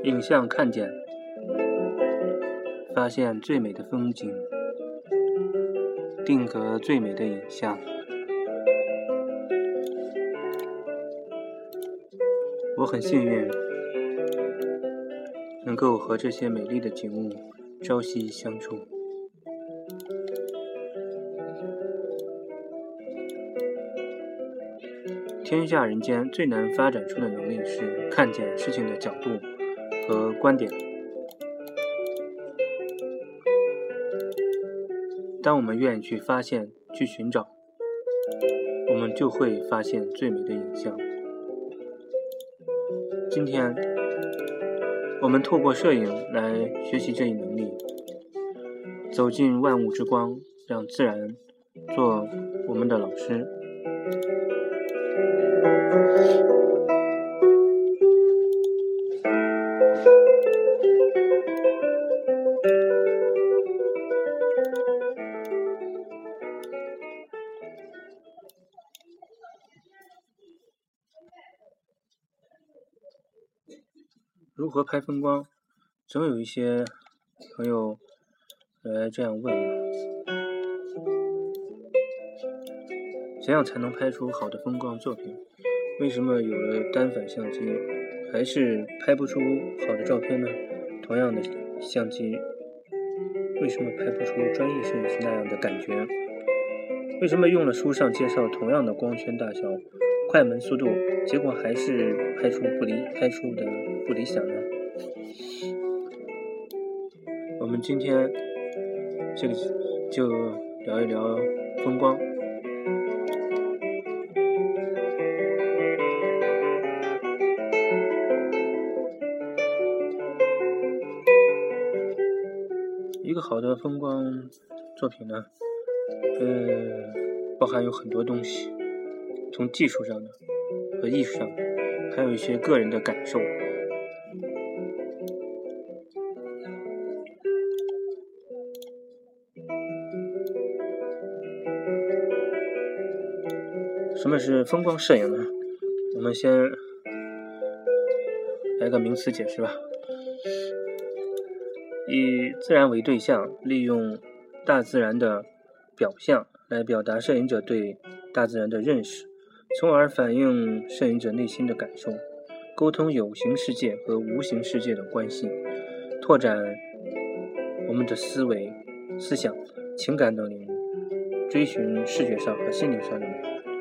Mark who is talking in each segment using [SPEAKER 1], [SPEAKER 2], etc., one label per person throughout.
[SPEAKER 1] 影像看见，发现最美的风景，定格最美的影像。我很幸运，能够和这些美丽的景物朝夕相处。天下人间最难发展出的能力是看见事情的角度和观点。当我们愿意去发现、去寻找，我们就会发现最美的影像。今天，我们透过摄影来学习这一能力，走进万物之光，让自然做我们的老师。如何拍风光？总有一些朋友来这样问我，怎样才能拍出好的风光作品？为什么有了单反相机还是拍不出好的照片呢？同样的相机，为什么拍不出专业摄影师那样的感觉？为什么用了书上介绍同样的光圈大小、快门速度，结果还是拍出的不理想呢？我们今天就聊一聊风光。一个好的风光作品呢，包含有很多东西，从技术上的和艺术上的，还有一些个人的感受。什么是风光摄影呢？我们先来个名词解释吧。以自然为对象，利用大自然的表象来表达摄影者对大自然的认识，从而反映摄影者内心的感受，沟通有形世界和无形世界的关系，拓展我们的思维、思想、情感等领域，追寻视觉上和心灵上的美。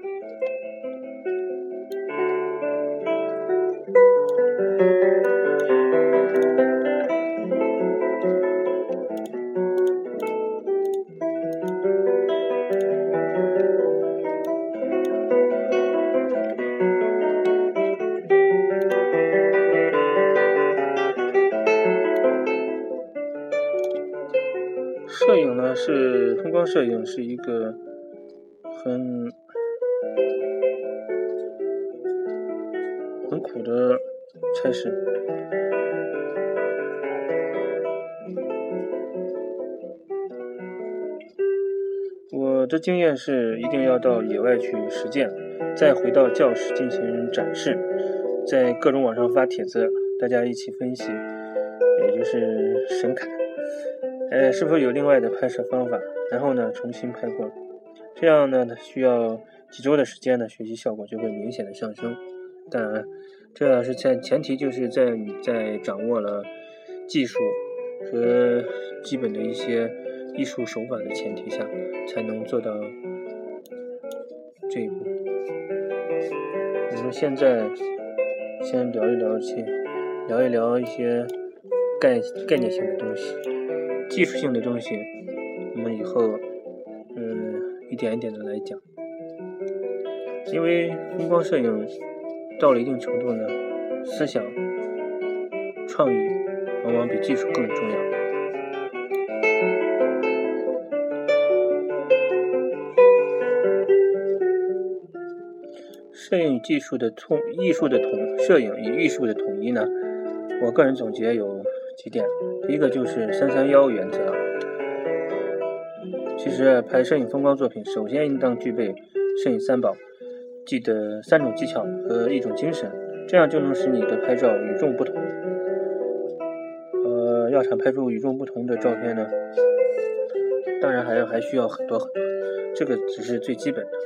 [SPEAKER 1] 摄影呢，风光摄影是一个很苦的差事。我的经验是，一定要到野外去实践，再回到教室进行展示，在各种网上发帖子，大家一起分析，也就是神侃。是否有另外的拍摄方法，然后呢重新拍过，这样呢需要几周的时间呢，学习效果就会明显的上升。当然这是前提，就是在你在掌握了技术和基本的一些艺术手法的前提下，才能做到这一步。我们现在先聊一聊一些概念性的东西，技术性的东西我们以后一点一点的来讲。因为风光摄影到了一定程度呢，思想创意往往比技术更重要。摄影与艺术的统一呢，我个人总结有几点。第一个就是331原则。其实拍摄影风光作品，首先应当具备摄影三宝，记得3种技巧和1种精神，这样就能使你的拍照与众不同。 要想拍出与众不同的照片呢，当然还需要很多，这个只是最基本的。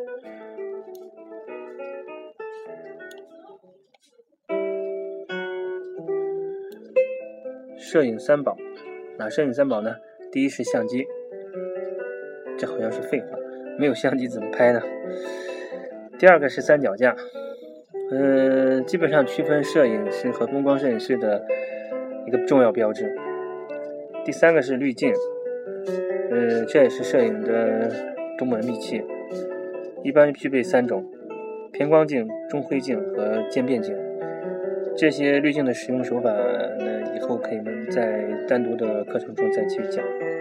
[SPEAKER 1] 摄影三宝，摄影三宝呢？第一是相机，这好像是废话，没有相机怎么拍呢？第二个是三脚架，基本上区分摄影师和风光摄影师的一个重要标志。第三个是滤镜，这也是摄影的中门秘器，一般具备3种：偏光镜、中灰镜和渐变镜。这些滤镜的使用手法呢，以后可以在单独的课程中再去讲。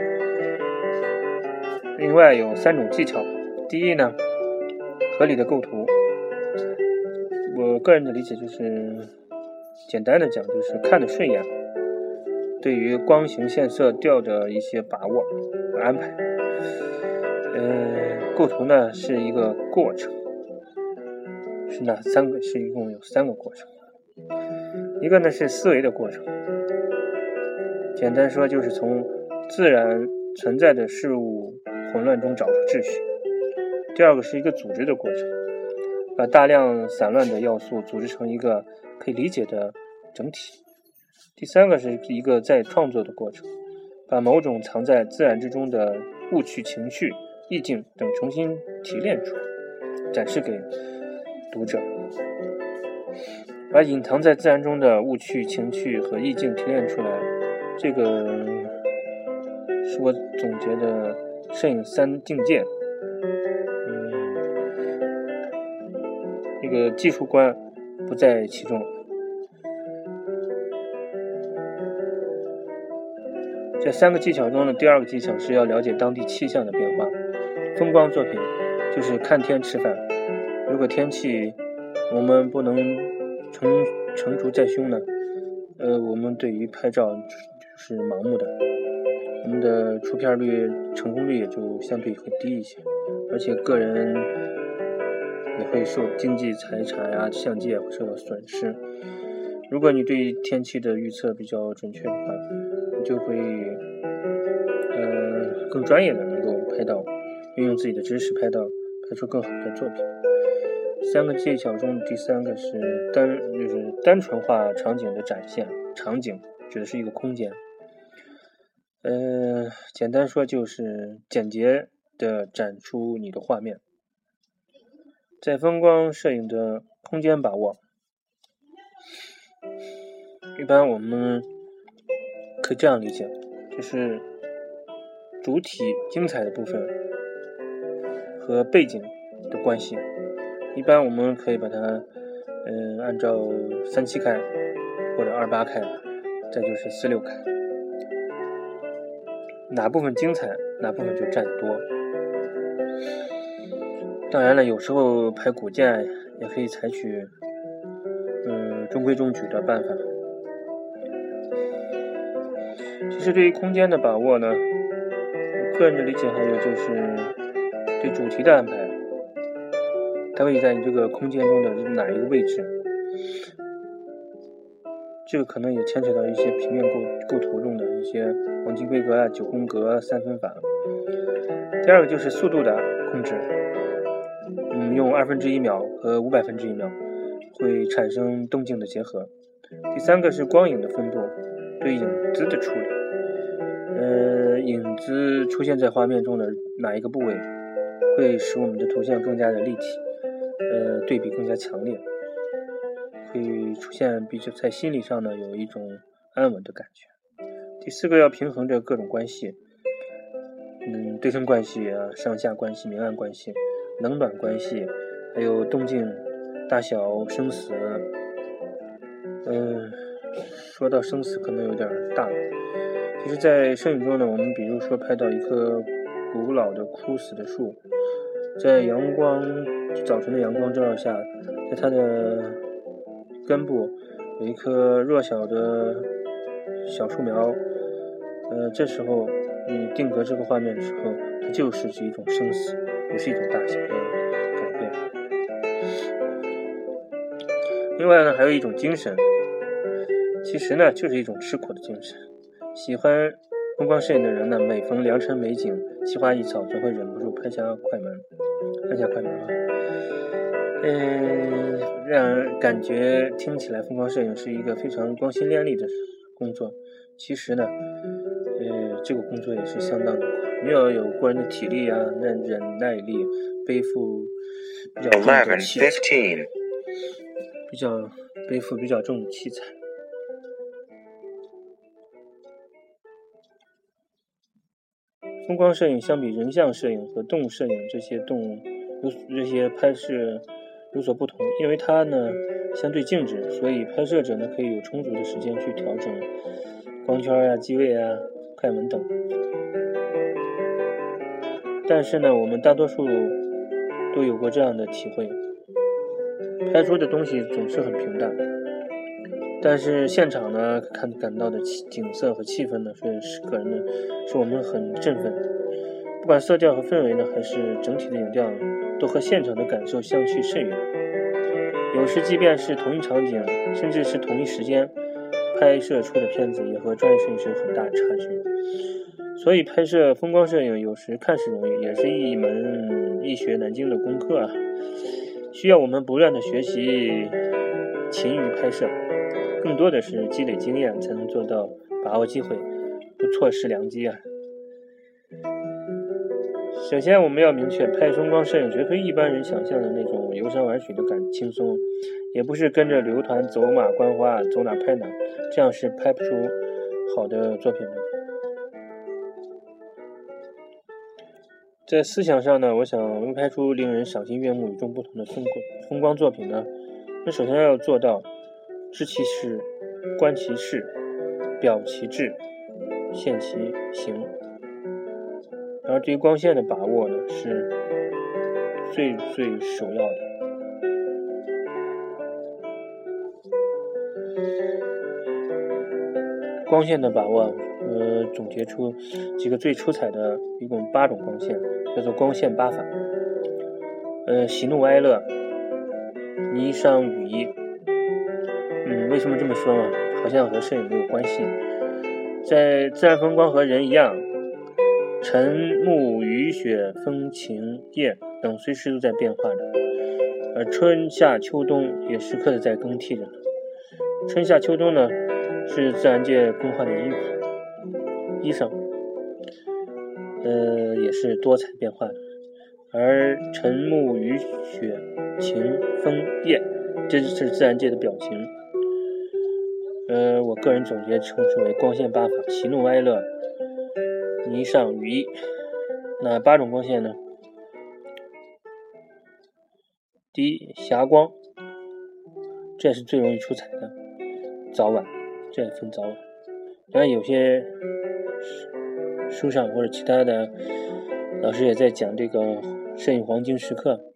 [SPEAKER 1] 另外有3种技巧，第一呢，合理的构图。我个人的理解就是，简单的讲就是看得顺眼，对于光形、线、色调的一些把握和安排。构图呢是一个过程，是一共有3个过程。一个呢是思维的过程，简单说就是从自然存在的事物混乱中找出秩序。第二个是一个组织的过程，把大量散乱的要素组织成一个可以理解的整体。第三个是一个再创作的过程，把某种藏在自然之中的物趣、情绪、意境等重新提炼出来，展示给读者。把隐藏在自然中的物趣、情趣和意境提炼出来，这个是我总结的摄影3境界。这个技术观不在其中。这3个技巧中的第2个技巧是要了解当地气象的变化。风光作品就是看天吃饭，如果天气我们不能成竹在胸呢，我们对于拍照就是盲目的，我们的出片率、成功率也就相对会低一些，而且个人也会受经济财产相机也会受到损失。如果你对天气的预测比较准确的话，你就会更专业的能够拍到，运用自己的知识拍出更好的作品。3个技巧中的第3个是单纯化场景的展现。场景指的是一个空间，简单说就是简洁的展出你的画面。在风光摄影的空间把握，一般我们可以这样理解，就是主体精彩的部分和背景的关系，一般我们可以把它按照37开或者28开，再就是46开，哪部分精彩哪部分就占得多。当然了，有时候拍古建也可以采取中规中矩的办法。其实对于空间的把握呢，我个人的理解还有就是对主题的安排，它位在你这个空间中的哪一个位置，这个可能也牵扯到一些平面构图中的一些黄金规格9宫格3分法。第二个就是速度的控制，用1/2秒和500分之1秒会产生动静的结合。第3个是光影的分布，对影子的处理，影子出现在画面中的哪一个部位会使我们的图像更加的立体，对比更加强烈，会出现比较在心理上呢有一种安稳的感觉。第4个要平衡着各种关系，对称关系上下关系、明暗关系、冷暖关系，还有动静、大小、生死。说到生死可能有点大了。其实在摄影中呢，我们比如说拍到一棵古老的枯死的树，在早晨的阳光照耀下，在它的根部有一棵弱小的小树苗，这时候你定格这个画面的时候，它就是一种生死，也是一种大小的改变。另外呢，还有一种精神，其实呢就是一种吃苦的精神。 喜欢风光摄影的人呢，每逢良辰美景、奇花异草，总会忍不住拍下快门啊。让人感觉听起来风光摄影是一个非常光鲜亮丽的工作。其实呢，这个工作也是相当的苦，你要有过人的体力啊、忍耐力，背负比较重的器材，背负比较重的器材。风光摄影相比人像摄影和动物摄影这些拍摄有所不同，因为它呢相对静止，所以拍摄者呢可以有充足的时间去调整光圈啊、机位啊、快门等。但是呢，我们大多数都有过这样的体会，拍出的东西总是很平淡，但是现场呢感到的景色和气氛呢是我们很振奋。不管色调和氛围呢，还是整体的影调呢，都和现场的感受相去甚远。有时即便是同一场景，甚至是同一时间拍摄出的片子，也和专业摄影师有很大的差距。所以拍摄风光摄影有时看似容易，也是一门易学难精的功课啊，需要我们不断的学习勤于拍摄，更多的是积累经验，才能做到把握机会，不错失良机啊。首先我们要明确，拍风光摄影绝非一般人想象的那种游山玩水的轻松，也不是跟着流团走马观花，走哪拍哪，这样是拍不出好的作品的。在思想上呢，我想拍出令人赏心悦目、与众不同的风光作品呢，那首先要做到知其事、观其事、表其志、现其形。然后对于光线的把握呢，是最首要的。光线的把握，总结出几个最出彩的，一共8种光线，叫做光线8法。喜怒哀乐、霓裳羽衣。为什么这么说呢？好像和摄影没有关系。在自然风光和人一样，晨暮雨雪风晴夜等随时都在变化的，而春夏秋冬也时刻的在更替着。春夏秋冬呢，是自然界更换的衣裳，也是多彩变化的。而晨暮雨雪晴风夜，这是自然界的表情。我个人总结称之为光线8法：喜怒哀乐、霓裳羽衣。那8种光线呢？第一，霞光，这也是最容易出彩的。早晚，这也分早晚。当然有些书上或者其他的老师也在讲这个摄影黄金时刻，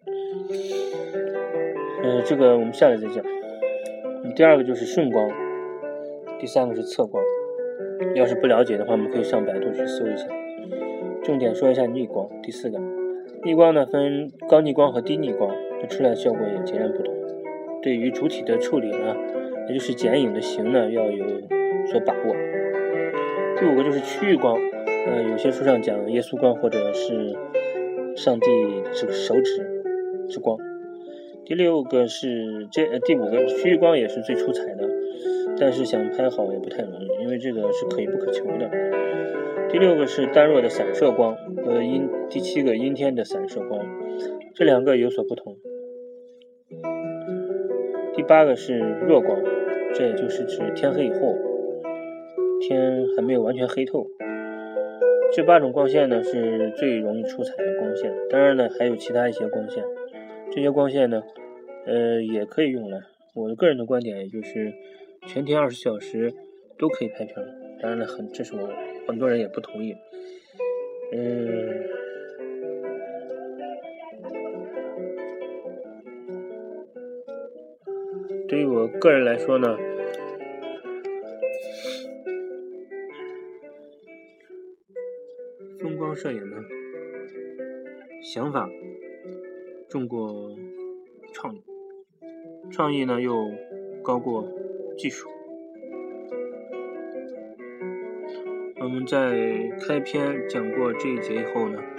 [SPEAKER 1] 这个我们下来再讲。第二个就是顺光，第三个是侧光。要是不了解的话，我们可以上百度去搜一下。重点说一下逆光，第4个。逆光呢分高逆光和低逆光，出来的效果也截然不同。对于主体的处理呢，也就是剪影的形呢，要有所把握。第5个就是区域光，有些书上讲耶稣光或者是上帝手指之光。第5个区域光也是最出彩的，但是想拍好也不太容易，因为这个是可遇不可求的。第6个是淡弱的散射光和第7个阴天的散射光，这2个有所不同。第8个是弱光，这也就是指天黑以后，天还没有完全黑透。这8种光线呢是最容易出彩的光线，当然呢还有其他一些光线，这些光线呢也可以用来，我个人的观点也就是全天24小时都可以拍片。当然了，这是我很多人也不同意。对于我个人来说呢，风光摄影呢，想法重过创意，创意呢又高过技术。 我们在开篇讲过这一节以后呢，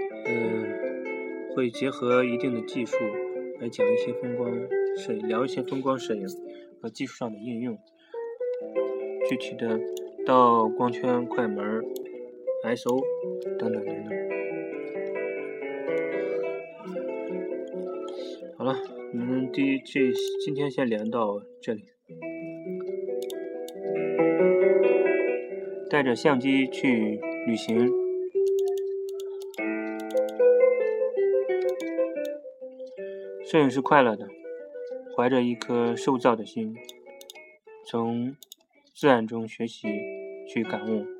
[SPEAKER 1] 会结合一定的技术来讲一些风光摄影，聊一些风光摄影和技术上的应用，具体的到光圈、快门、ISO 等等等等。好了，我们今天先聊到这里。带着相机去旅行，摄影是快乐的，怀着一颗受造的心，从自然中学习去感悟。